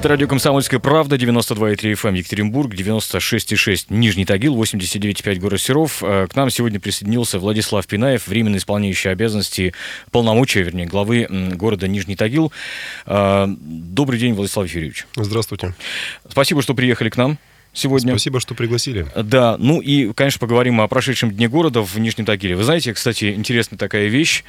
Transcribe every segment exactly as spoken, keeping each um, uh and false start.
Это радио «Комсомольская правда», девяносто два и три эф эм Екатеринбург, девяносто шесть и шесть Нижний Тагил, восемьдесят девять и пять город Серов. К нам сегодня присоединился Владислав Пинаев, временно исполняющий обязанности, полномочия, вернее, главы города Нижний Тагил. Добрый день, Владислав Юрьевич. Здравствуйте. Спасибо, что приехали к нам сегодня. Спасибо, что пригласили. Да, ну и, конечно, поговорим о прошедшем Дне города в Нижнем Тагиле. Вы знаете, кстати, интересная такая вещь.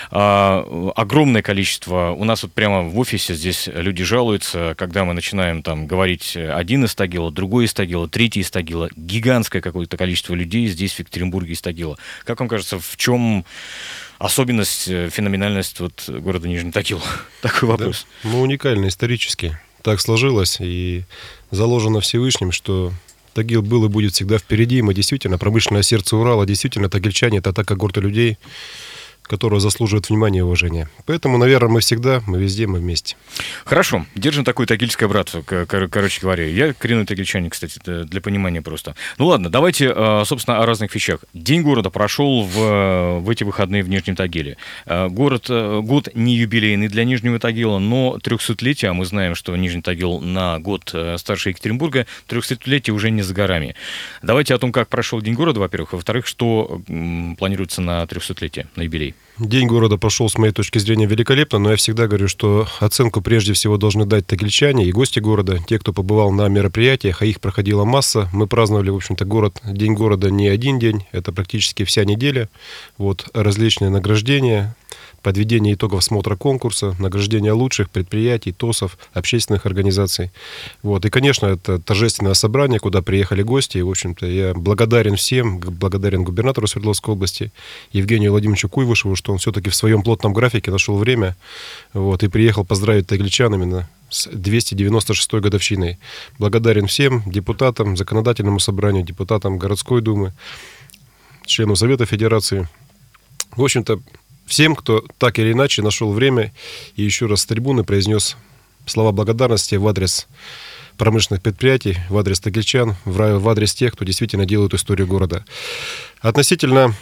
А, огромное количество. У нас вот прямо в офисе здесь люди жалуются, когда мы начинаем там говорить один из Тагила, другой из Тагила, третий из Тагила. Гигантское какое-то количество людей здесь, в Екатеринбурге, из Тагила. Как вам кажется, в чем особенность, феноменальность вот города Нижний Тагил? Такой вопрос. Да, мы уникальны исторически. Так сложилось и заложено Всевышним, что Тагил был и будет всегда впереди. Мы действительно промышленное сердце Урала, действительно тагильчане — это та когорта людей, которая заслуживает внимания и уважения. Поэтому, наверное, мы всегда, мы везде, мы вместе. Хорошо. Держим такое тагильское братство, кор- короче говоря. Я коренной тагильчанин, кстати, для понимания просто. Ну ладно, давайте, собственно, о разных вещах. День города прошел в, в эти выходные в Нижнем Тагиле. Город, год не юбилейный для Нижнего Тагила, но трехсотлетие, а мы знаем, что Нижний Тагил на год старше Екатеринбурга, трехсотлетие уже не за горами. Давайте о том, как прошел День города, во-первых, во-вторых, что м, планируется на трехсотлетие, на юбилей. День города прошел, с моей точки зрения, великолепно, но я всегда говорю, что оценку прежде всего должны дать тагильчане и гости города, те, кто побывал на мероприятиях, а их проходила масса. Мы праздновали, в общем-то, город, День города не один день, это практически вся неделя. Вот, различные награждения, подведение итогов смотра конкурса, награждение лучших предприятий, ТОСов, общественных организаций. Вот. И, конечно, это торжественное собрание, куда приехали гости. И, в общем-то, я благодарен всем, благодарен губернатору Свердловской области, Евгению Владимировичу Куйвышеву, что он все-таки в своем плотном графике нашел время, вот, и приехал поздравить тагильчан именно с двести девяносто шестой годовщиной. Благодарен всем депутатам, законодательному собранию, депутатам городской думы, членам Совета Федерации. В общем-то, всем, кто так или иначе нашел время и еще раз с трибуны произнес слова благодарности в адрес промышленных предприятий, в адрес тагильчан, в адрес тех, кто действительно делает историю города. Относительно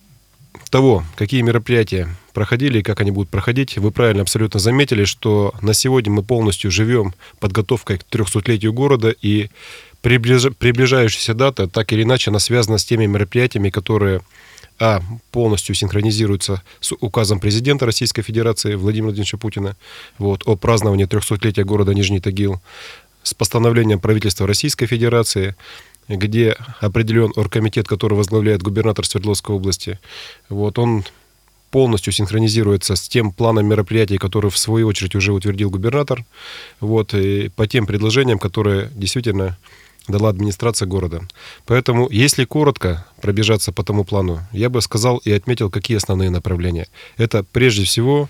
того, какие мероприятия проходили и как они будут проходить, вы правильно абсолютно заметили, что на сегодня мы полностью живем подготовкой к трехсотлетию города, и приближ... приближающаяся дата так или иначе она связана с теми мероприятиями, которые а. полностью синхронизируется с указом президента Российской Федерации Владимира Владимировича Путина вот, о праздновании трехсотлетия города Нижний Тагил, с постановлением правительства Российской Федерации, где определен оргкомитет, который возглавляет губернатор Свердловской области. Вот, он полностью синхронизируется с тем планом мероприятий, который в свою очередь уже утвердил губернатор, вот, и по тем предложениям, которые действительно дала администрация города. Поэтому, если коротко пробежаться по тому плану, я бы сказал и отметил, какие основные направления. Это прежде всего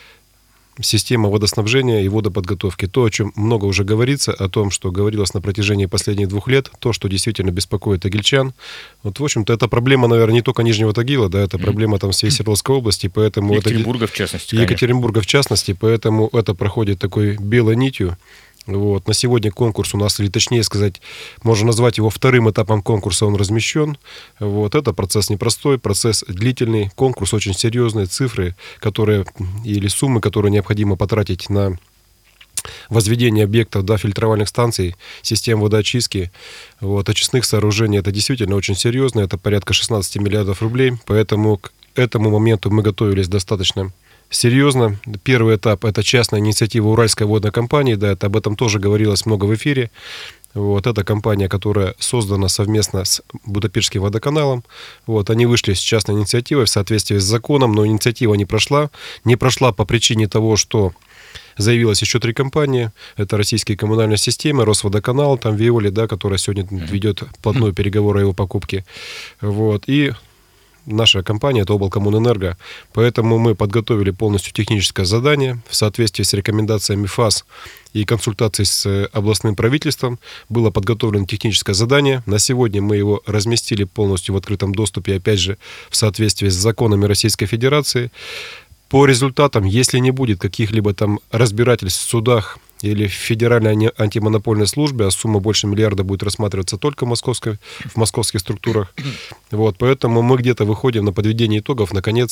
система водоснабжения и водоподготовки. То, о чем много уже говорится, о том, что говорилось на протяжении последних двух лет, то, что действительно беспокоит тагильчан. Вот, в общем-то, это проблема, наверное, не только Нижнего Тагила, да, это проблема там всей Свердловской области, поэтому Екатеринбурга это, в частности. Екатеринбурга в частности, поэтому это проходит такой белой нитью. Вот. На сегодня конкурс у нас, или точнее сказать, можно назвать его вторым этапом конкурса, он размещен. Вот. Это процесс непростой, процесс длительный, конкурс очень серьезный, цифры, которые, или суммы, которые необходимо потратить на возведение объектов до фильтровальных станций, систем водоочистки, вот, очистных сооружений, это действительно очень серьезно, это порядка шестнадцать миллиардов рублей, поэтому к этому моменту мы готовились достаточно серьезно. Первый этап — это частная инициатива Уральской водной компании, да, это об этом тоже говорилось много в эфире. Вот, это компания, которая создана совместно с Будапештским водоканалом. Вот, они вышли с частной инициативой в соответствии с законом, но инициатива не прошла. Не прошла по причине того, что заявилось еще три компании. Это российские коммунальные системы, Росводоканал, там Веоли, да, которая сегодня ведет плотную переговоры о его покупке. Вот, и наша компания — это Облкоммунэнерго. Поэтому мы подготовили полностью техническое задание в соответствии с рекомендациями ФАС и консультацией с областным правительством. Было подготовлено техническое задание. На сегодня мы его разместили полностью в открытом доступе, опять же, в соответствии с законами Российской Федерации. По результатам, если не будет каких-либо там разбирательств в судах или в Федеральной антимонопольной службе, а сумма больше миллиарда будет рассматриваться только в, московской, в московских структурах. Вот, поэтому мы где-то выходим на подведение итогов на конец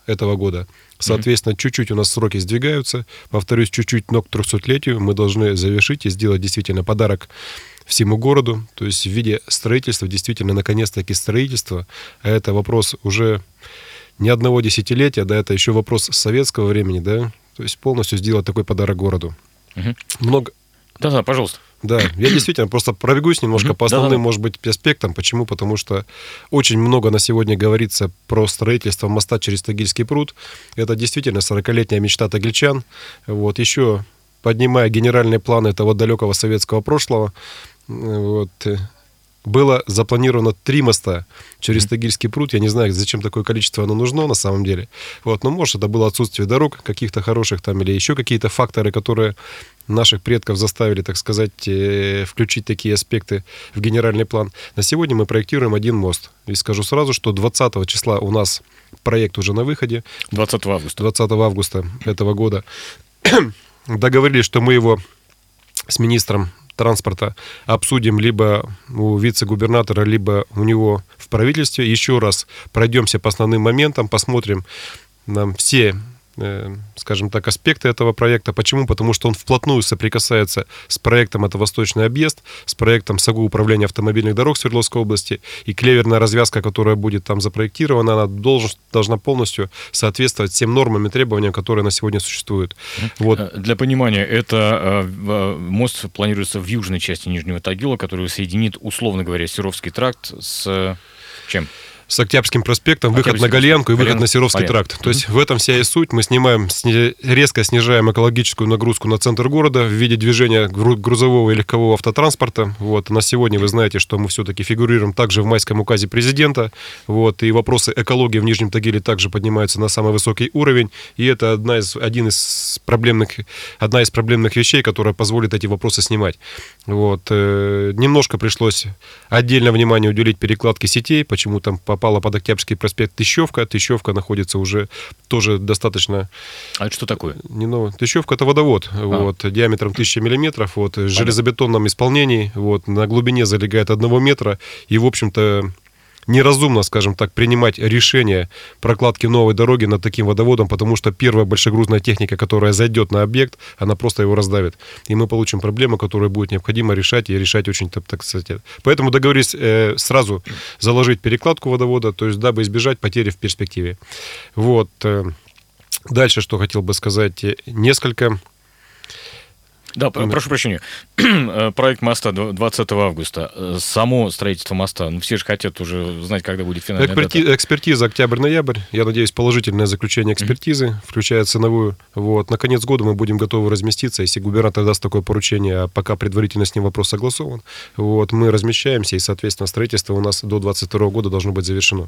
этого года. Соответственно, mm-hmm. чуть-чуть у нас сроки сдвигаются. Повторюсь, чуть-чуть, но к трехсотлетию мы должны завершить и сделать действительно подарок всему городу, то есть в виде строительства, действительно, наконец-таки строительство. А это вопрос уже не одного десятилетия, да, это еще вопрос советского времени, да, то есть полностью сделать такой подарок городу. Mm-hmm. Много... Да-да, пожалуйста. Да, я действительно просто пробегусь немножко mm-hmm. по основным, да-да. может быть, аспектам. Почему? Потому что очень много на сегодня говорится про строительство моста через Тагильский пруд. Это действительно сорокалетняя мечта тагильчан. Вот, еще поднимая генеральные планы этого далекого советского прошлого, вот, было запланировано три моста через Тагильский пруд. Я не знаю, зачем такое количество оно нужно на самом деле. Вот, но может это было отсутствие дорог каких-то хороших там или еще какие-то факторы, которые наших предков заставили, так сказать, включить такие аспекты в генеральный план. На сегодня мы проектируем один мост. И скажу сразу, что двадцатого числа у нас проект уже на выходе. двадцатого августа. двадцатого августа этого года. Договорились, что мы его с министром транспорта обсудим либо у вице-губернатора, либо у него в правительстве. Еще раз пройдемся по основным моментам, посмотрим нам все, э, скажем так, аспекты этого проекта. Почему? Потому что он вплотную соприкасается с проектом «Это Восточный объезд», с проектом САГУ управления автомобильных дорог Свердловской области, и клеверная развязка, которая будет там запроектирована, она должен, должна полностью соответствовать всем нормам и требованиям, которые на сегодня существуют. Вот. Для понимания, это э, мост планируется в южной части Нижнего Тагила, который соединит, условно говоря, Серовский тракт с чем? С Октябрьским проспектом, выход на Гальянку и выход на Серовский Понятно. тракт. То есть в этом вся и суть. Мы снимаем, резко снижаем экологическую нагрузку на центр города в виде движения грузового и легкового автотранспорта. Вот. На сегодня вы знаете, что мы все-таки фигурируем также в майском указе президента. Вот. И вопросы экологии в Нижнем Тагиле также поднимаются на самый высокий уровень. И это одна из, один из проблемных, одна из проблемных вещей, которая позволит эти вопросы снимать. Вот. Немножко пришлось отдельно внимание уделить перекладке сетей. Почему там попала под Октябрьский проспект Тыщевка. Тыщевка находится уже тоже достаточно... А это что такое? Не, ну, Тыщевка — это водовод, а. вот, диаметром тысяча миллиметров, вот, в железобетонном исполнении, вот, на глубине залегает одного метра, и, в общем-то, неразумно, скажем так, принимать решение прокладки новой дороги над таким водоводом, потому что первая большегрузная техника, которая зайдет на объект, она просто его раздавит. И мы получим проблему, которую будет необходимо решать, и решать очень, так сказать. Поэтому договорились э, сразу заложить перекладку водовода, то есть дабы избежать потери в перспективе. Вот. Дальше, что хотел бы сказать, несколько... Да, прошу прощения. Проект моста двадцатого августа. Само строительство моста. Ну, все же хотят уже знать, когда будет финальная Эксперти... дата. Экспертиза октябрь-ноябрь. Я надеюсь, положительное заключение экспертизы, mm-hmm. включая ценовую. Вот. На конец года мы будем готовы разместиться. Если губернатор даст такое поручение, а пока предварительно с ним вопрос согласован, вот, мы размещаемся, и, соответственно, строительство у нас до двадцать второго года должно быть завершено.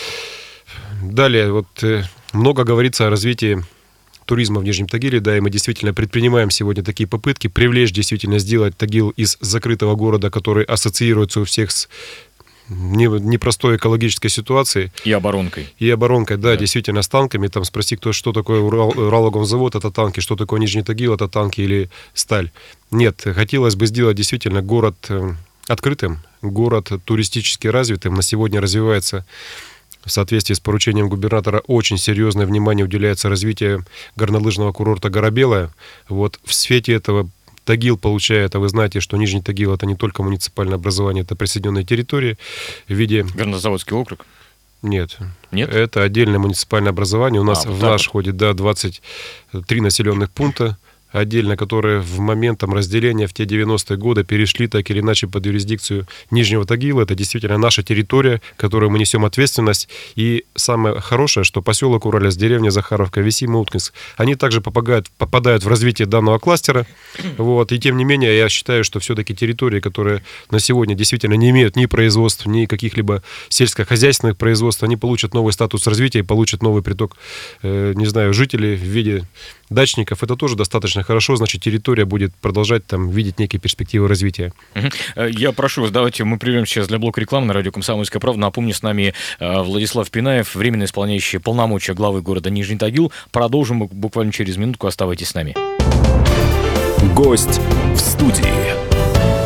Далее, вот, много говорится о развитии туризма в Нижнем Тагиле, да, и мы действительно предпринимаем сегодня такие попытки привлечь, действительно сделать Тагил из закрытого города, который ассоциируется у всех с непростой экологической ситуацией. И оборонкой. И оборонкой, да, да, действительно, с танками. Там спроси, кто, что такое Урал, Уралвагонзавод, это танки, что такое Нижний Тагил, это танки или сталь. Нет, хотелось бы сделать действительно город открытым, город туристически развитым. На сегодня развивается... В соответствии с поручением губернатора очень серьезное внимание уделяется развитию горнолыжного курорта «Гора Белая». Вот в свете этого Тагил получает, а вы знаете, что Нижний Тагил — это не только муниципальное образование, это присоединенная территория в виде... Горнозаводский округ? Нет. Нет? Это отдельное муниципальное образование. У нас а, вот в наш вот. ходит, да, двадцать три населенных пункта. Отдельно, которые в момент там, разделения в те девяностые годы перешли так или иначе под юрисдикцию Нижнего Тагила. Это действительно наша территория, которую мы несем ответственность. И самое хорошее, что поселок Уралец, деревня Захаровка, Весим и Уткинск, они также попадают, попадают в развитие данного кластера. Вот. И тем не менее, я считаю, что все-таки территории, которые на сегодня действительно не имеют ни производств, ни каких-либо сельскохозяйственных производств, они получат новый статус развития и получат новый приток, э, не знаю, жителей в виде дачников. Это тоже достаточно хорошо, значит, территория будет продолжать там видеть некие перспективы развития. Я прошу вас, давайте мы прервемся сейчас для блока рекламы на радио «Комсомольская правда». Напомню, с нами Владислав Пинаев, временно исполняющий полномочия главы города Нижний Тагил. Продолжим буквально через минутку. Оставайтесь с нами. Гость в студии.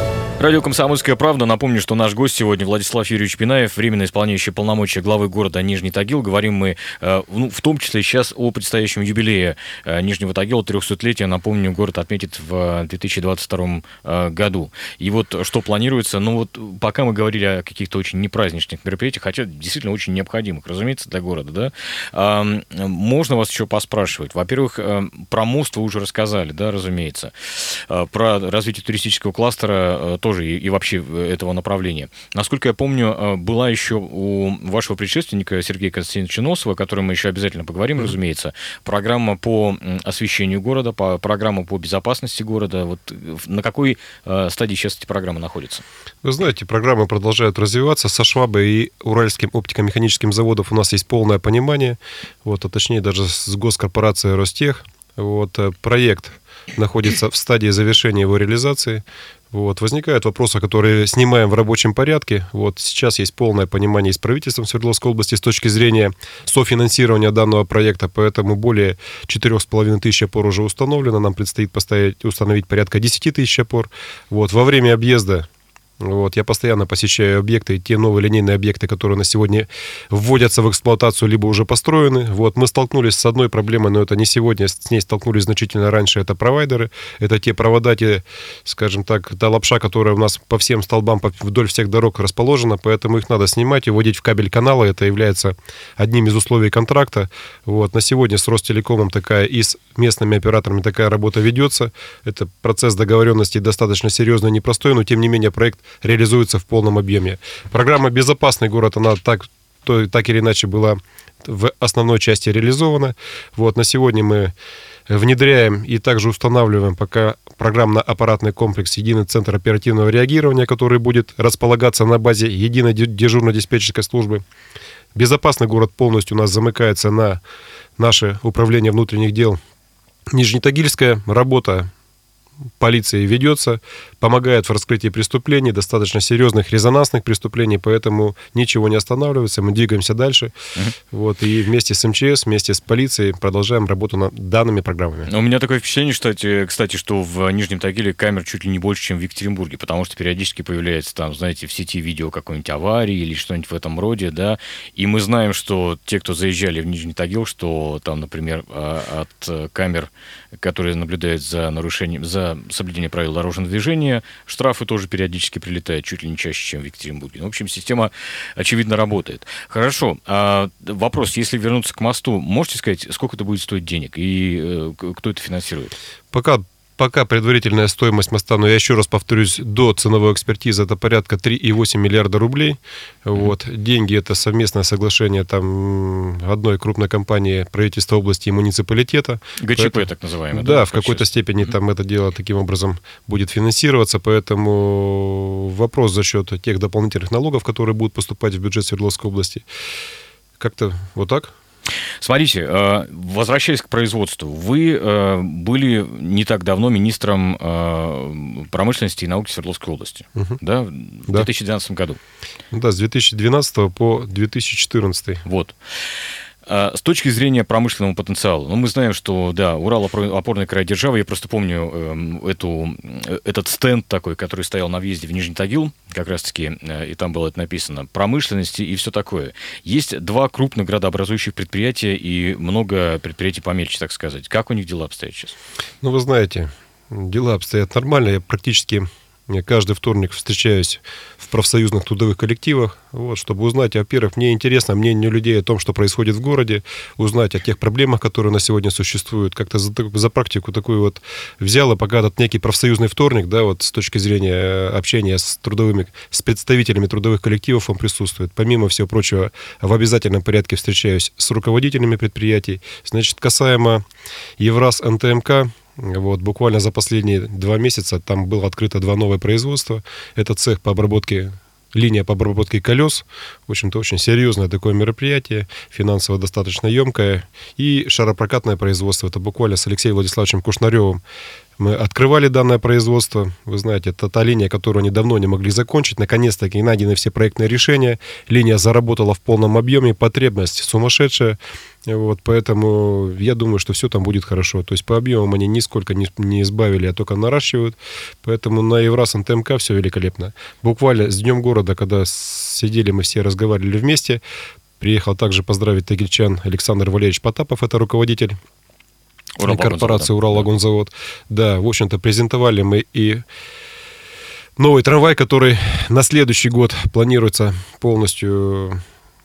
Радио «Комсомольская правда». Напомню, что наш гость сегодня Владислав Юрьевич Пинаев, временно исполняющий полномочия главы города Нижний Тагил. Говорим мы, ну, в том числе сейчас о предстоящем юбилее Нижнего Тагила, трехсотлетия. Напомню, город отметит в две тысячи двадцать втором году. И вот что планируется, ну вот пока мы говорили о каких-то очень непраздничных мероприятиях, хотя действительно очень необходимых, разумеется, для города, да, можно вас еще поспрашивать. Во-первых, про мост вы уже рассказали, да, разумеется. Про развитие туристического кластера тоже и, и вообще этого направления. Насколько я помню, была еще у вашего предшественника Сергея Константиновича Носова, о котором мы еще обязательно поговорим, mm-hmm. разумеется, программа по освещению города, по, программа по безопасности города. Вот на какой э, стадии сейчас эти программы находятся? Вы знаете, программы продолжают развиваться. Со Швабой и Уральским оптико-механическим заводом у нас есть полное понимание, вот, а точнее даже с госкорпорацией Ростех. Вот, проект находится в стадии завершения его реализации. Вот, возникают вопросы, которые снимаем в рабочем порядке. Вот, сейчас есть полное понимание с правительством Свердловской области с точки зрения софинансирования данного проекта, поэтому более четырех с половиной тысяч опор уже установлено. Нам предстоит поставить, установить порядка десять тысяч опор. Вот, во время объезда Вот, я постоянно посещаю объекты, те новые линейные объекты, которые на сегодня вводятся в эксплуатацию, либо уже построены. Вот, мы столкнулись с одной проблемой, но это не сегодня, с ней столкнулись значительно раньше, это провайдеры. Это те провода, те, скажем так, та лапша, которая у нас по всем столбам, вдоль всех дорог расположена, поэтому их надо снимать и вводить в кабель канала. Это является одним из условий контракта. Вот, на сегодня с Ростелекомом такая и с местными операторами такая работа ведется. Это процесс договоренности достаточно серьезный и непростой, но тем не менее проект реализуется в полном объеме. Программа «Безопасный город», она так, то, так или иначе была в основной части реализована. Вот, на сегодня мы внедряем и также устанавливаем пока программно-аппаратный комплекс «Единый центр оперативного реагирования», который будет располагаться на базе единой дежурно-диспетчерской службы. «Безопасный город» полностью у нас замыкается на наше управление внутренних дел Нижнетагильская. Работа полиции ведется, помогает в раскрытии преступлений, достаточно серьезных резонансных преступлений, поэтому ничего не останавливается, мы двигаемся дальше. Uh-huh. Вот, и вместе с МЧС, вместе с полицией продолжаем работу над данными программами. У меня такое впечатление, кстати, кстати, что в Нижнем Тагиле камер чуть ли не больше, чем в Екатеринбурге, потому что периодически появляется там, знаете, в сети видео какой-нибудь аварии или что-нибудь в этом роде, да, и мы знаем, что те, кто заезжали в Нижний Тагил, что там, например, от камер, которые наблюдают за нарушением, за соблюдение правил дорожного движения, штрафы тоже периодически прилетают, чуть ли не чаще, чем в Екатеринбурге. Ну, в общем, система, очевидно, работает. Хорошо. А вопрос, если вернуться к мосту, можете сказать, сколько это будет стоить денег и э, кто это финансирует? Пока Пока предварительная стоимость моста, но я еще раз повторюсь, до ценовой экспертизы это порядка три и восемь миллиарда рублей. Вот. Mm-hmm. Деньги — это совместное соглашение там одной крупной компании, правительства области и муниципалитета. ГЧП, поэтому, так называемое. Да, да в какой-то сейчас. степени mm-hmm. там это дело таким образом будет финансироваться, поэтому вопрос за счет тех дополнительных налогов, которые будут поступать в бюджет Свердловской области. Как-то вот так. Смотрите, возвращаясь к производству, вы были не так давно министром промышленности и науки Свердловской области, угу. да, в да. две тысячи двенадцатом году. Да, с две тысячи двенадцатого по две тысячи четырнадцатый. Вот. С точки зрения промышленного потенциала, ну, мы знаем, что, да, Урал — опорный край державы. Я просто помню э, эту, этот стенд такой, который стоял на въезде в Нижний Тагил, как раз-таки, э, и там было это написано, промышленности и все такое. Есть два крупных градообразующих предприятия и много предприятий помельче, так сказать. Как у них дела обстоят сейчас? Ну, вы знаете, дела обстоят нормально. Я практически... Я каждый вторник встречаюсь в профсоюзных трудовых коллективах, вот, чтобы узнать, во-первых, мне интересно мнение людей о том, что происходит в городе, узнать о тех проблемах, которые на сегодня существуют. Как-то за, за практику такую вот взял, и пока этот некий профсоюзный вторник, да, вот с точки зрения общения с трудовыми, с представителями трудовых коллективов он присутствует. Помимо всего прочего, в обязательном порядке встречаюсь с руководителями предприятий. Значит, касаемо Евраз эн тэ эм ка, вот, буквально за последние два месяца там было открыто два новых производства. Это цех по обработке, линия по обработке колес. В общем-то, очень серьезное такое мероприятие, финансово достаточно емкое. И шаропрокатное производство. Это буквально с Алексеем Владиславовичем Кушнаревым Мы открывали данное производство. Вы знаете, это та линия, которую они давно не могли закончить. Наконец-таки найдены все проектные решения. Линия заработала в полном объеме. Потребность сумасшедшая. Вот, поэтому я думаю, что все там будет хорошо. То есть по объемам они нисколько не, не избавили, а только наращивают. Поэтому на Еврасан ТМК все великолепно. Буквально с Днем города, когда сидели, мы все разговаривали вместе, приехал также поздравить тагильчан Александр Валерьевич Потапов, это руководитель корпорации «Уралвагонзавод». Да, в общем-то, презентовали мы и новый трамвай, который на следующий год планируется полностью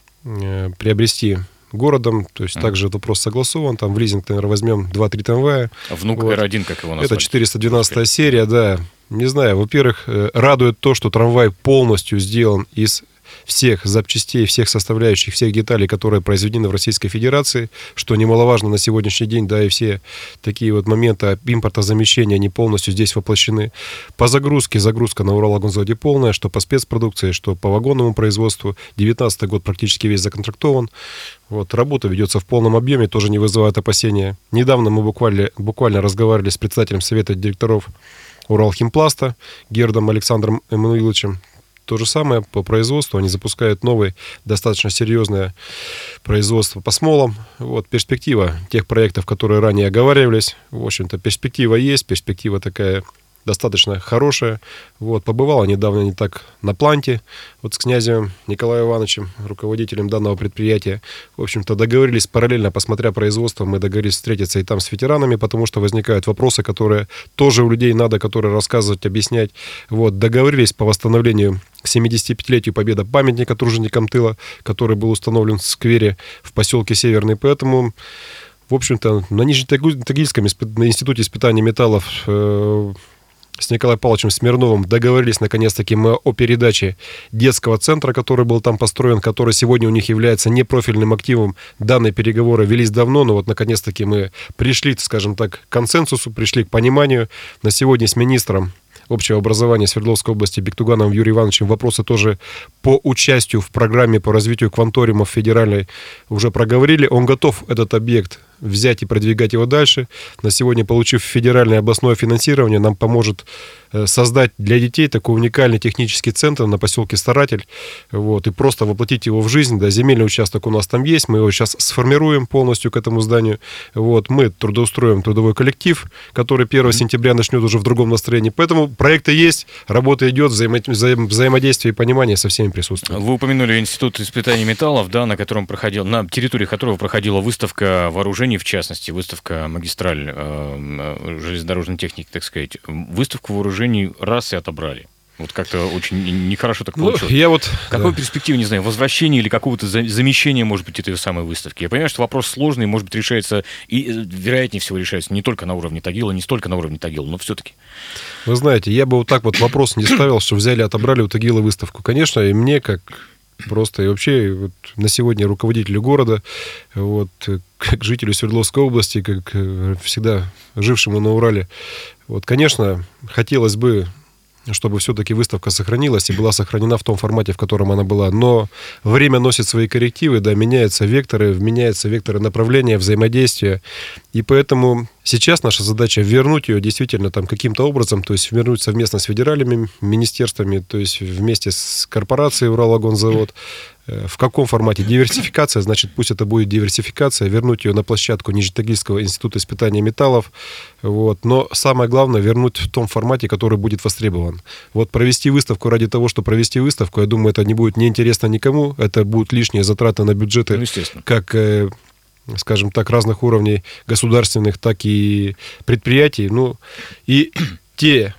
э, приобрести городом. То есть mm. также этот вопрос согласован. Там в лизинг, наверное, возьмем два-три трамвая. Внук вот. эр один, как его назвали. Это четыреста двенадцатая серия, да. Не знаю, во-первых, радует то, что трамвай полностью сделан из всех запчастей, всех составляющих, всех деталей, которые произведены в Российской Федерации, что немаловажно на сегодняшний день, да, и все такие вот моменты импортозамещения, они полностью здесь воплощены. По загрузке, загрузка на Уралвагонзаводе полная, что по спецпродукции, что по вагонному производству. девятнадцатый год практически весь законтрактован. Вот, работа ведется в полном объеме, тоже не вызывает опасения. Недавно мы буквально, буквально разговаривали с председателем Совета директоров Уралхимпласта Гердом Александром Эммануиловичем. То же самое по производству. Они запускают новое, достаточно серьезное производство по смолам. Вот, перспектива тех проектов, которые ранее оговаривались. В общем-то, перспектива есть, перспектива такая достаточно хорошая. Вот, побывала недавно не так на планте вот с князем Николаем Ивановичем, руководителем данного предприятия. В общем-то, договорились параллельно, посмотря производство, мы договорились встретиться и там с ветеранами, потому что возникают вопросы, которые тоже у людей надо, которые рассказывать, объяснять. Вот, договорились по восстановлению к семидесятипятилетию победы памятника труженикам тыла, который был установлен в сквере в поселке Северный. Поэтому, в общем-то, на Нижнетагильском институте испытаний металлов э, с Николаем Павловичем Смирновым договорились наконец-таки мы о передаче детского центра, который был там построен, который сегодня у них является непрофильным активом. Данные переговоры велись давно, но вот наконец-таки мы пришли, скажем так, к консенсусу, пришли к пониманию. На сегодня с министром общего образования Свердловской области Бектугановым Юрием Ивановичем вопросы тоже по участию в программе по развитию кванториумов федеральной уже проговорили. Он готов этот объект взять и продвигать его дальше. На сегодня, получив федеральное и областное финансирование, нам поможет создать для детей такой уникальный технический центр на поселке Старатель, вот, и просто воплотить его в жизнь. Да, земельный участок у нас там есть, мы его сейчас сформируем полностью к этому зданию. Вот, мы трудоустроим трудовой коллектив, который первого сентября начнет уже в другом настроении. Поэтому проекты есть, работа идет, взаимо- взаим- взаимодействие и понимание со всеми присутствует. Вы упомянули Институт испытаний металлов, да, на котором проходил, на территории которого проходила выставка вооружений, в частности, выставка магистраль э, железнодорожной техники, так сказать. Выставку вооружений раз и отобрали. Вот как-то очень нехорошо так получилось. Ну, я вот, Какой да. перспективы, не знаю, возвращения или какого-то замещения, может быть, этой самой выставки? Я понимаю, что вопрос сложный, может быть, решается, и, вероятнее всего, решается не только на уровне Тагила, не столько на уровне Тагила, но все-таки. Вы знаете, я бы вот так вот вопрос не ставил, что взяли, отобрали у Тагила выставку. Конечно, и мне, как просто и вообще вот на сегодня руководителю города, вот, как жителю Свердловской области, как всегда жившему на Урале, вот, конечно, хотелось бы, чтобы все-таки выставка сохранилась и была сохранена в том формате, в котором она была. Но время носит свои коррективы, да, меняются векторы, меняются векторы направления, взаимодействия. И поэтому сейчас наша задача вернуть ее действительно там каким-то образом, то есть вернуть совместно с федеральными министерствами, то есть вместе с корпорацией Уралвагонзавод. В каком формате? Диверсификация, значит, пусть это будет диверсификация, вернуть ее на площадку Нижнетагильского института испытания металлов. Вот. Но самое главное, вернуть в том формате, который будет востребован. Вот провести выставку ради того, чтобы провести выставку, я думаю, это не будет неинтересно никому, это будут лишние затраты на бюджеты, ну, как, скажем так, разных уровней государственных, так и предприятий. Ну, и те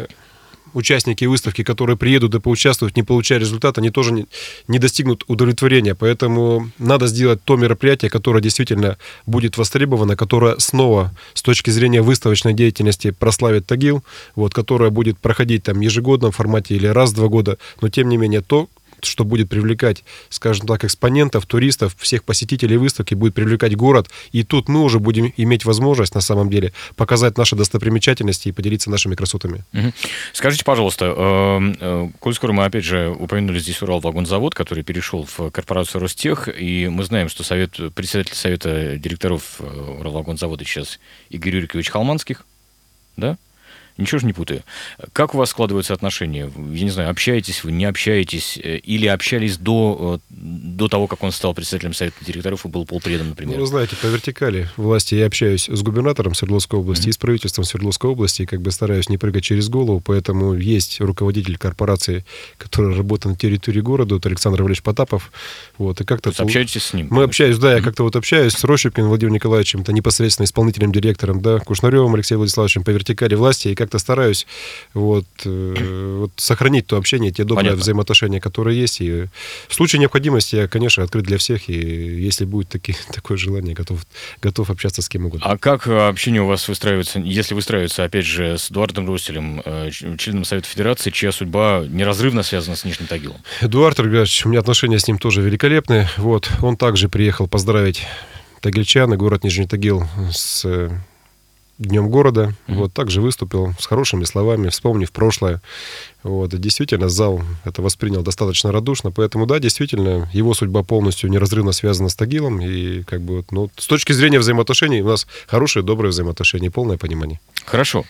участники выставки, которые приедут и поучаствуют, не получая результата, они тоже не, не достигнут удовлетворения. Поэтому надо сделать то мероприятие, которое действительно будет востребовано, которое снова с точки зрения выставочной деятельности прославит Тагил, вот, которое будет проходить там ежегодно в формате или раз в два года, но тем не менее то, что будет привлекать, скажем так, экспонентов, туристов, всех посетителей выставки, будет привлекать город. И тут мы уже будем иметь возможность, на самом деле, показать наши достопримечательности и поделиться нашими красотами. Угу. Скажите, пожалуйста, э, э, коль скоро мы, опять же, упомянули здесь Уралвагонзавод, который перешел в корпорацию Ростех, и мы знаем, что совет, председатель совета директоров Уралвагонзавода сейчас Игорь Юрикович Холманских, да? Ничего же не путаю. Как у вас складываются отношения? Я не знаю, общаетесь вы, не общаетесь, или общались до, до того, как он стал председателем Совета директоров и был полпредом, например? Ну, вы знаете, по вертикали власти я общаюсь с губернатором Свердловской области mm-hmm. и с правительством Свердловской области, и как бы стараюсь не прыгать через голову, поэтому есть руководитель корпорации, который работает на территории города, вот Александр Валерьевич Потапов. Вот, и как-то... То есть общаетесь с ним? Мы общаемся, да, mm-hmm. я как-то вот общаюсь с Рощупкиным Владимиром Николаевичем, это непосредственно исполнительным директором, да, Кушнаревым Алексеем Владиславовичем по вертикали власти, и как-то стараюсь вот, э, вот сохранить то общение, те добрые Понятно. взаимоотношения, которые есть. И в случае необходимости я, конечно, открыт для всех, и если будет таки, такое желание, готов, готов общаться с кем угодно. А как общение у вас выстраивается, если выстраивается, опять же, с Эдуардом Росселем, членом Совета Федерации, чья судьба неразрывно связана с Нижним Тагилом? Эдуард Григорьевич, у меня отношения с ним тоже великолепные. Вот, он также приехал поздравить тагильчан и город Нижний Тагил с Днем города. Mm-hmm. Вот, также выступил с хорошими словами, вспомнив прошлое. Вот, и действительно, зал это воспринял достаточно радушно. Поэтому, да, действительно, его судьба полностью неразрывно связана с Тагилом. И как бы, ну, с точки зрения взаимоотношений у нас хорошие, добрые взаимоотношения, полное понимание. Хорошо.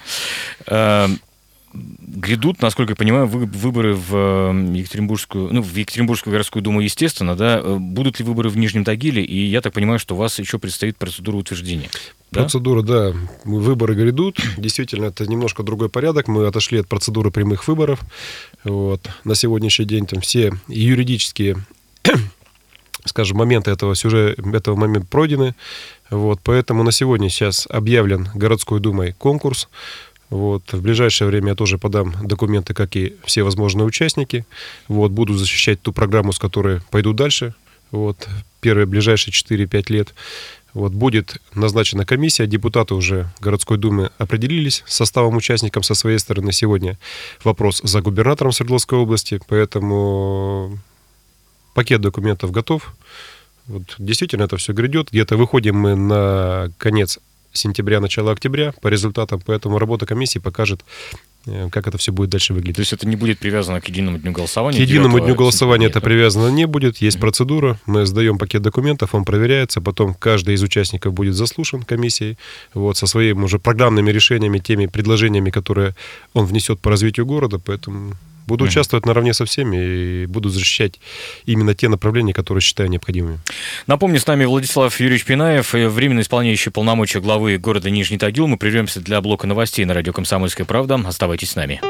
Грядут, насколько я понимаю, выборы в Екатеринбургскую, ну, в Екатеринбургскую городскую думу, естественно, да. Будут ли выборы в Нижнем Тагиле? И я так понимаю, что у вас еще предстоит процедура утверждения. Процедура, да? да. Выборы грядут. Действительно, это немножко другой порядок. Мы отошли от процедуры прямых выборов. Вот. На сегодняшний день там все юридические, скажем, моменты этого сюжета, этого момента пройдены. Вот. Поэтому на сегодня сейчас объявлен городской думой конкурс. Вот. В ближайшее время я тоже подам документы, как и все возможные участники. Вот. Буду защищать ту программу, с которой пойду дальше. Вот. Первые ближайшие четыре-пять лет. Вот. Будет назначена комиссия. Депутаты уже городской думы определились с составом участников со своей стороны. Сегодня вопрос за губернатором Свердловской области. Поэтому пакет документов готов. Вот. Действительно, это все грядет. Где-то выходим мы на конец сентября, начало октября по результатам, поэтому работа комиссии покажет, как это все будет дальше выглядеть. То есть это не будет привязано к единому дню голосования? К единому дню голосования это привязано не будет. Есть mm-hmm. процедура, мы сдаем пакет документов, он проверяется, потом каждый из участников будет заслушан комиссией вот, со своими уже программными решениями, теми предложениями, которые он внесет по развитию города, поэтому... Буду mm-hmm. участвовать наравне со всеми и буду защищать именно те направления, которые считаю необходимыми. Напомню, с нами Владислав Юрьевич Пинаев, временно исполняющий полномочия главы города Нижний Тагил. Мы прервемся для блока новостей на радио «Комсомольская правда». Оставайтесь с нами.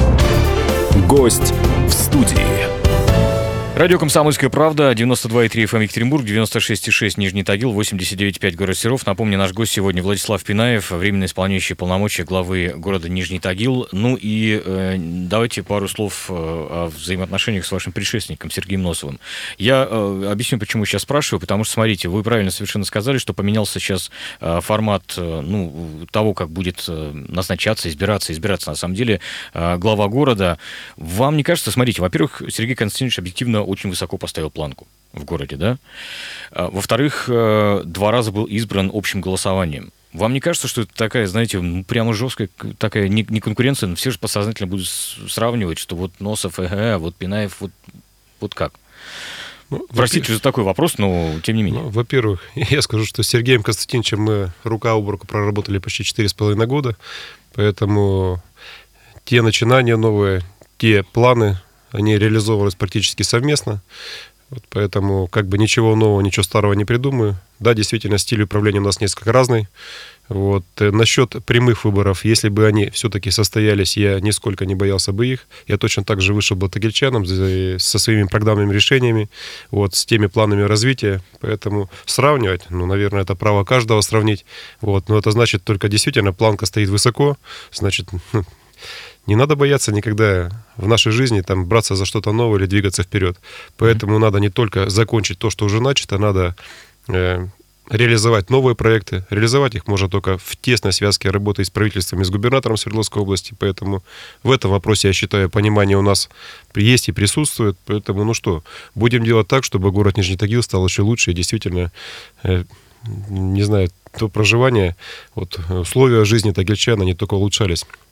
Гость в студии. Радио «Комсомольская правда», девяносто два и три эф эм Екатеринбург, девяносто шесть и шесть Нижний Тагил, восемьдесят девять и пять город Серов. Напомню, наш гость сегодня Владислав Пинаев, временно исполняющий полномочия главы города Нижний Тагил. Ну и э, давайте пару слов э, о взаимоотношениях с вашим предшественником Сергеем Носовым. Я э, объясню, почему сейчас спрашиваю, потому что, смотрите, вы правильно совершенно сказали, что поменялся сейчас э, формат э, ну, того, как будет э, назначаться, избираться, избираться на самом деле э, глава города. Вам не кажется, смотрите, во-первых, Сергей Константинович объективно очень высоко поставил планку в городе, да? Во-вторых, два раза был избран общим голосованием. Вам не кажется, что это такая, знаете, ну, прямо жесткая такая не, не конкуренция, но все же подсознательно будут сравнивать, что вот Носов, э, вот Пинаев, вот, вот как? Ну, Простите за такой вопрос, но тем не менее. Ну, во-первых, я скажу, что с Сергеем Константиновичем мы рука об руку проработали почти четыре с половиной года, поэтому те начинания новые, те планы, они реализовывались практически совместно. Вот поэтому как бы ничего нового, ничего старого не придумаю. Да, действительно, стиль управления у нас несколько разный. Вот. Насчет прямых выборов, если бы они все-таки состоялись, я нисколько не боялся бы их. Я точно так же вышел бы тагильчанам со своими программными решениями, вот, с теми планами развития. Поэтому сравнивать, ну, наверное, это право каждого сравнить. Вот. Но это значит, только действительно планка стоит высоко. Значит, не надо бояться никогда в нашей жизни там, браться за что-то новое или двигаться вперед. Поэтому mm-hmm. надо не только закончить то, что уже начато, надо э, реализовать новые проекты. Реализовать их можно только в тесной связке работы с правительством и с губернатором Свердловской области. Поэтому в этом вопросе, я считаю, понимание у нас есть и присутствует. Поэтому, ну что, будем делать так, чтобы город Нижний Тагил стал еще лучше и действительно... Э, не знаю, то проживание, вот, условия жизни тагильчан, они только улучшались.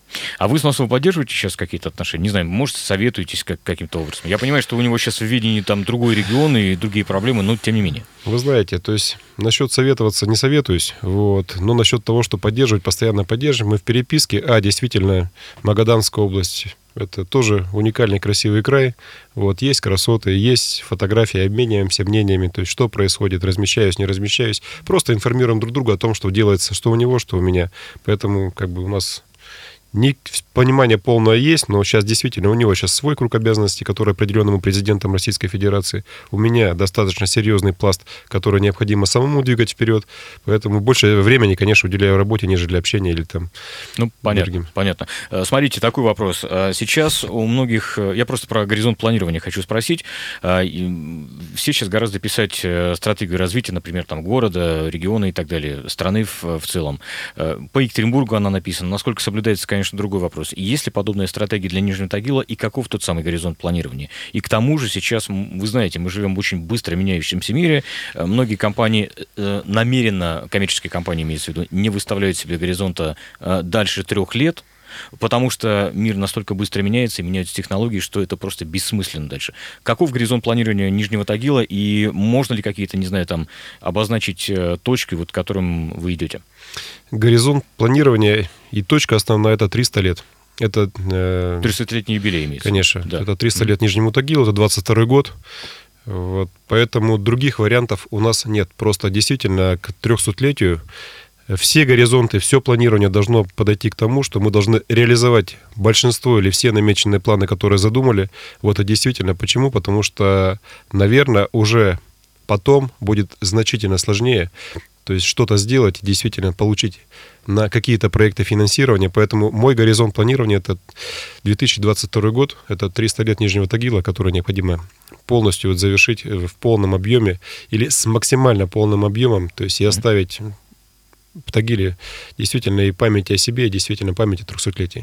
А вы с Носовым поддерживаете сейчас какие-то отношения? Не знаю, может, советуетесь как, каким-то образом? Я понимаю, что у него сейчас в видении там другой регион и другие проблемы, но тем не менее. Вы знаете, то есть насчет советоваться не советуюсь, вот, но насчет того, что поддерживать, постоянно поддерживаем, мы в переписке. А, действительно, Магаданская область, это тоже уникальный красивый край. Вот, есть красоты, есть фотографии, обмениваемся мнениями, то есть что происходит, размещаюсь, не размещаюсь. Просто информируем друг друга о том, что делается, что у него, что у меня. Поэтому как бы у нас... Не, понимание полное есть, но сейчас действительно у него сейчас свой круг обязанностей, который определен ему президентом Российской Федерации. У меня достаточно серьезный пласт, который необходимо самому двигать вперед. Поэтому больше времени, конечно, уделяю работе, нежели общению или там... Ну, понятно, другим. понятно. Смотрите, такой вопрос. Сейчас у многих... Я просто про горизонт планирования хочу спросить. Все сейчас гораздо писать стратегию развития, например, там, города, региона и так далее, страны в, в целом. По Екатеринбургу она написана. Насколько соблюдается, конечно, другой вопрос. Есть ли подобная стратегия для Нижнего Тагила и каков тот самый горизонт планирования? И к тому же сейчас, вы знаете, мы живем в очень быстро меняющемся мире. Многие компании намеренно, коммерческие компании имеется в виду, не выставляют себе горизонта дальше трех лет, потому что мир настолько быстро меняется и меняются технологии, что это просто бессмысленно дальше. Каков горизонт планирования Нижнего Тагила и можно ли какие-то, не знаю, там обозначить точки, вот к которым вы идете? Горизонт планирования и точка основная – это триста лет. Это э, тридцатилетний юбилей имеется. Конечно. Да. Это триста лет Нижнему Тагилу, это двадцать второй год. Вот. Поэтому других вариантов у нас нет. Просто действительно к трехсотлетию все горизонты, все планирование должно подойти к тому, что мы должны реализовать большинство или все намеченные планы, которые задумали. Вот и действительно. Почему? Потому что, наверное, уже потом будет значительно сложнее. То есть что-то сделать, действительно получить на какие-то проекты финансирования. Поэтому мой горизонт планирования – это две тысячи двадцать второй год, это триста лет Нижнего Тагила, который необходимо полностью вот завершить в полном объеме или с максимально полным объемом, то есть и оставить в Тагиле действительно и память о себе, и действительно память о трехсотлетии.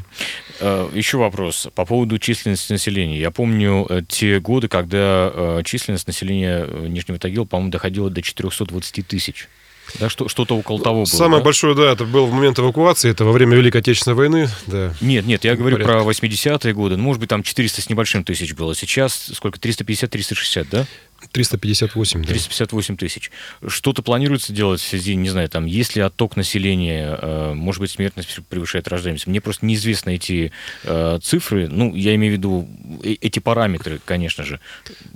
Еще вопрос по поводу численности населения. Я помню те годы, когда численность населения Нижнего Тагила, по-моему, доходила до четыреста двадцать тысяч. Да, что, что-то около того было. Самое да? большое, да, это был в момент эвакуации, это во время Великой Отечественной войны. Да. Нет, нет, я говорю порядка. Про восьмидесятые годы. Ну, может быть, там четыреста с небольшим тысяч было. Сейчас сколько? триста пятьдесят - триста шестьдесят, да? триста пятьдесят восемь, да. триста пятьдесят восемь тысяч. Что-то планируется делать в связи, не знаю, там, есть ли отток населения, может быть, смертность превышает рождаемость. Мне просто неизвестны эти э, цифры, ну, я имею в виду эти параметры, конечно же.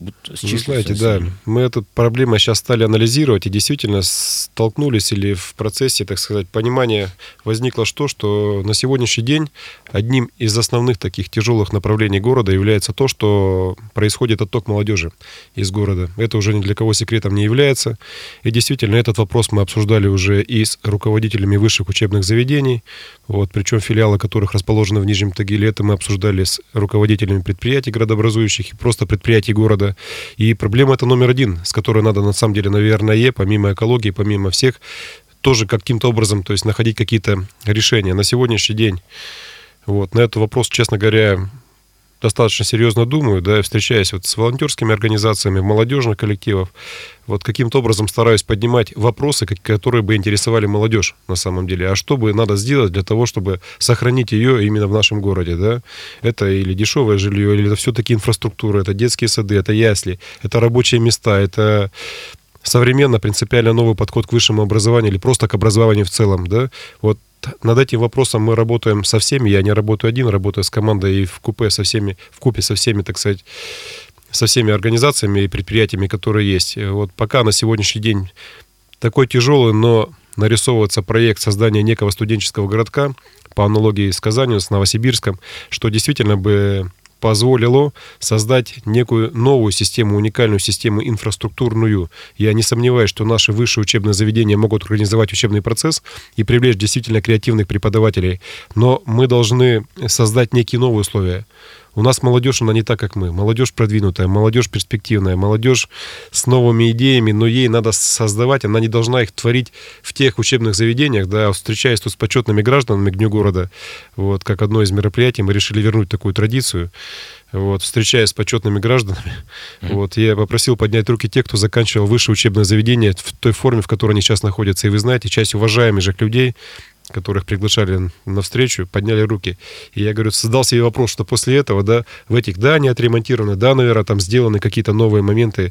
С Вы знаете, да, мы эту проблему сейчас стали анализировать и действительно столкнулись или в процессе, так сказать, понимания возникло что, что на сегодняшний день одним из основных таких тяжелых направлений города является то, что происходит отток молодежи из города. Это уже ни для кого секретом не является. И действительно, этот вопрос мы обсуждали уже и с руководителями высших учебных заведений, вот, причем филиалы которых расположены в Нижнем Тагиле. Это мы обсуждали с руководителями предприятий градообразующих и просто предприятий города. И проблема это номер один, с которой надо на самом деле, наверное, помимо экологии, помимо всех, тоже каким-то образом, то есть находить какие-то решения. На сегодняшний день вот, на этот вопрос, честно говоря, достаточно серьезно думаю, да, встречаясь вот с волонтерскими организациями, молодежных коллективов, вот каким-то образом стараюсь поднимать вопросы, которые бы интересовали молодежь на самом деле. А что бы надо сделать для того, чтобы сохранить ее именно в нашем городе, да? Это или дешевое жилье, или это все-таки инфраструктура, это детские сады, это ясли, это рабочие места, это современно принципиально новый подход к высшему образованию или просто к образованию в целом, да? Вот над этим вопросом мы работаем со всеми. Я не работаю один, работаю с командой и в купе со всеми, в купе со всеми, так сказать, со всеми организациями и предприятиями, которые есть. Вот пока на сегодняшний день такой тяжелый, но нарисовывается проект создания некого студенческого городка по аналогии с Казанью, с Новосибирском, что действительно бы позволило создать некую новую систему, уникальную систему инфраструктурную. Я не сомневаюсь, что наши высшие учебные заведения могут организовать учебный процесс и привлечь действительно креативных преподавателей. Но мы должны создать некие новые условия. У нас молодежь, она не так, как мы. Молодежь продвинутая, молодежь перспективная, молодежь с новыми идеями, но ей надо создавать, она не должна их творить в тех учебных заведениях. Да, встречаясь тут с почетными гражданами к Дню города, вот, как одно из мероприятий, мы решили вернуть такую традицию. Вот, встречаясь с почетными гражданами, mm-hmm. вот, я попросил поднять руки тех, кто заканчивал высшее учебное заведение в той форме, в которой они сейчас находятся. И вы знаете, часть уважаемых же людей, которых приглашали на встречу, подняли руки. И я говорю, создал себе вопрос, что после этого, да, в этих, да, они отремонтированы, да, наверное, там сделаны какие-то новые моменты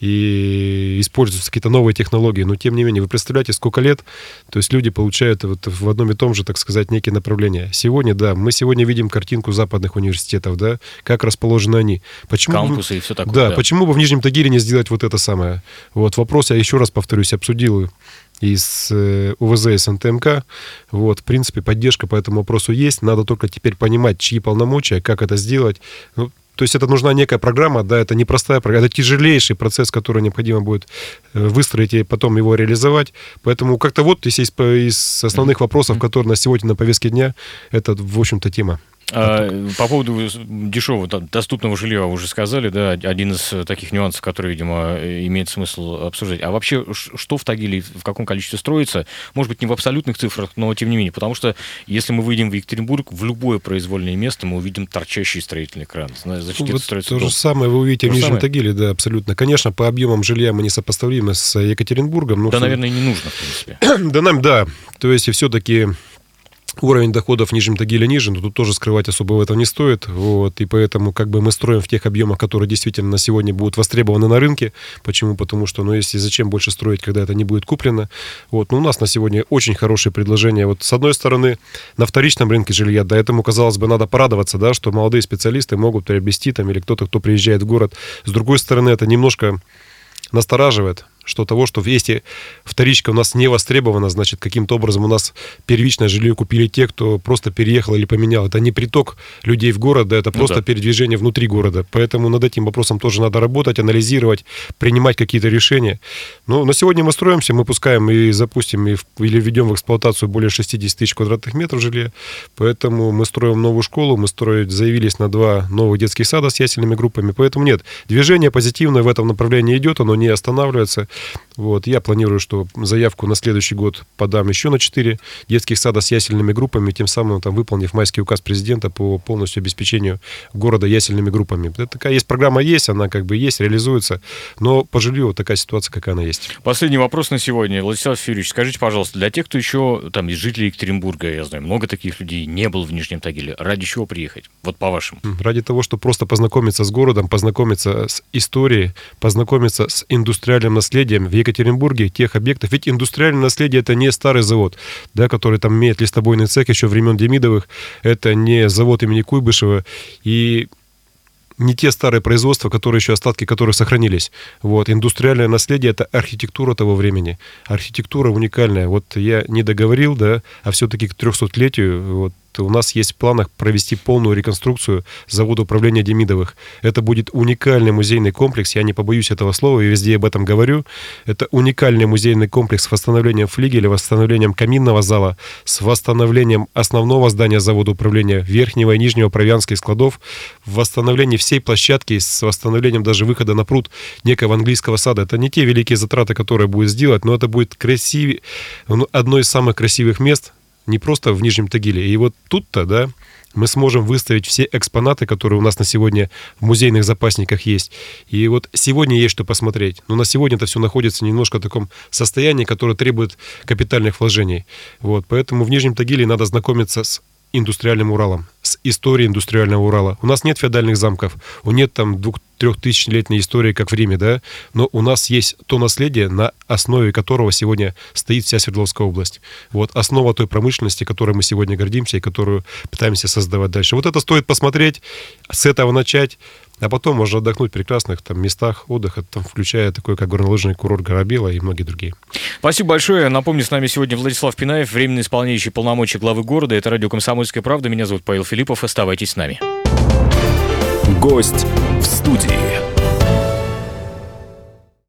и используются какие-то новые технологии, но тем не менее, вы представляете, сколько лет, то есть люди получают вот в одном и том же, так сказать, некие направления. Сегодня, да, мы сегодня видим картинку западных университетов, да, как расположены они. Почему кампусы бы, и все такое. Да, да, почему бы в Нижнем Тагиле не сделать вот это самое? Вот вопрос, я еще раз повторюсь, обсудил и с УВЗ, и с эн тэ эм ка. Вот, в принципе, поддержка по этому вопросу есть. Надо только теперь понимать, чьи полномочия, как это сделать. Ну, то есть это нужна некая программа, да, это непростая программа, это тяжелейший процесс, который необходимо будет выстроить и потом его реализовать. Поэтому как-то вот из, из основных вопросов, которые на сегодня на повестке дня, это, в общем-то, тема. А, по поводу дешевого, доступного жилья вы уже сказали, да, один из таких нюансов, который, видимо, имеет смысл обсуждать. А вообще, что в Тагиле, в каком количестве строится? Может быть, не в абсолютных цифрах, но тем не менее. Потому что, если мы выйдем в Екатеринбург, в любое произвольное место мы увидим торчащий строительный кран. Зачем вот это строится? То дом? же самое вы увидите то в Нижнем самое? Тагиле, да, абсолютно. Конечно, по объемам жилья мы не сопоставимы с Екатеринбургом. Но да, все... наверное, не нужно, в принципе. Да, нам, да. То есть, и все-таки уровень доходов в Нижнем Тагиле ниже, но тут тоже скрывать особо этого не стоит. Вот, и поэтому как бы мы строим в тех объемах, которые действительно на сегодня будут востребованы на рынке. Почему? Потому что, ну, если зачем больше строить, когда это не будет куплено. Вот, но у нас на сегодня очень хорошие предложения. Вот с одной стороны, на вторичном рынке жилья, да, этому, казалось бы, надо порадоваться, да, что молодые специалисты могут приобрести там, или кто-то, кто приезжает в город. С другой стороны, это немножко настораживает, что того, что если вторичка у нас не востребована, значит, каким-то образом у нас первичное жилье купили те, кто просто переехал или поменял. Это не приток людей в город, да, это ну просто да. передвижение внутри города. Поэтому над этим вопросом тоже надо работать, анализировать, принимать какие-то решения. Но на сегодня мы строимся, мы пускаем и запустим, и в, или введем в эксплуатацию более шестьдесят тысяч квадратных метров жилья. Поэтому мы строим новую школу, мы строим, заявились на два новых детских сада с ясельными группами. Поэтому нет, движение позитивное в этом направлении идет, оно не останавливается. Вот, я планирую, что заявку на следующий год подам еще на четыре детских сада с ясельными группами, тем самым там, выполнив майский указ президента по полностью обеспечению города ясельными группами. Это такая есть программа, есть, она как бы есть, реализуется, но по жилью вот такая ситуация, какая она есть. Последний вопрос на сегодня. Владислав Юрьевич, скажите, пожалуйста, для тех, кто еще там из жителей Екатеринбурга, я знаю, много таких людей не был в Нижнем Тагиле, ради чего приехать? Вот по-вашему. Ради того, чтобы просто познакомиться с городом, познакомиться с историей, познакомиться с индустриальным наследием в Екатеринбурге, тех объектов. Ведь индустриальное наследие — это не старый завод, да, который там имеет листобойный цех еще времен Демидовых. Это не завод имени Куйбышева. И не те старые производства, которые еще остатки которых сохранились. Вот. Индустриальное наследие — это архитектура того времени. Архитектура уникальная. Вот я не договорил, да, а все-таки к трехсотлетию вот, у нас есть в планах провести полную реконструкцию завода управления Демидовых. Это будет уникальный музейный комплекс, я не побоюсь этого слова, и везде об этом говорю. Это уникальный музейный комплекс с восстановлением флигеля, восстановлением каминного зала, с восстановлением основного здания завода управления верхнего и нижнего провианских складов, восстановление всей площадки с восстановлением даже выхода на пруд некого английского сада. Это не те великие затраты, которые будет сделать, но это будет красивее, одно из самых красивых мест, не просто в Нижнем Тагиле. И вот тут-то, да, мы сможем выставить все экспонаты, которые у нас на сегодня в музейных запасниках есть. И вот сегодня есть что посмотреть. Но на сегодня это все находится немножко в таком состоянии, которое требует капитальных вложений. Вот, поэтому в Нижнем Тагиле надо знакомиться с индустриальным Уралом, с историей индустриального Урала. У нас нет феодальных замков, у нет там двух-трехтысячелетней истории, как в Риме, да, но у нас есть то наследие, на основе которого сегодня стоит вся Свердловская область. Вот основа той промышленности, которой мы сегодня гордимся и которую пытаемся создавать дальше. Вот это стоит посмотреть, с этого начать, а потом можно отдохнуть в прекрасных там местах отдыха, там, включая такой, как горнолыжный курорт Горобела и многие другие. Спасибо большое. Напомню, с нами сегодня Владислав Пинаев, временно исполняющий полномочия главы города. Это радио «Комсомольская правда». Меня зовут Павел Филиппов. Оставайтесь с нами. Гость в студии.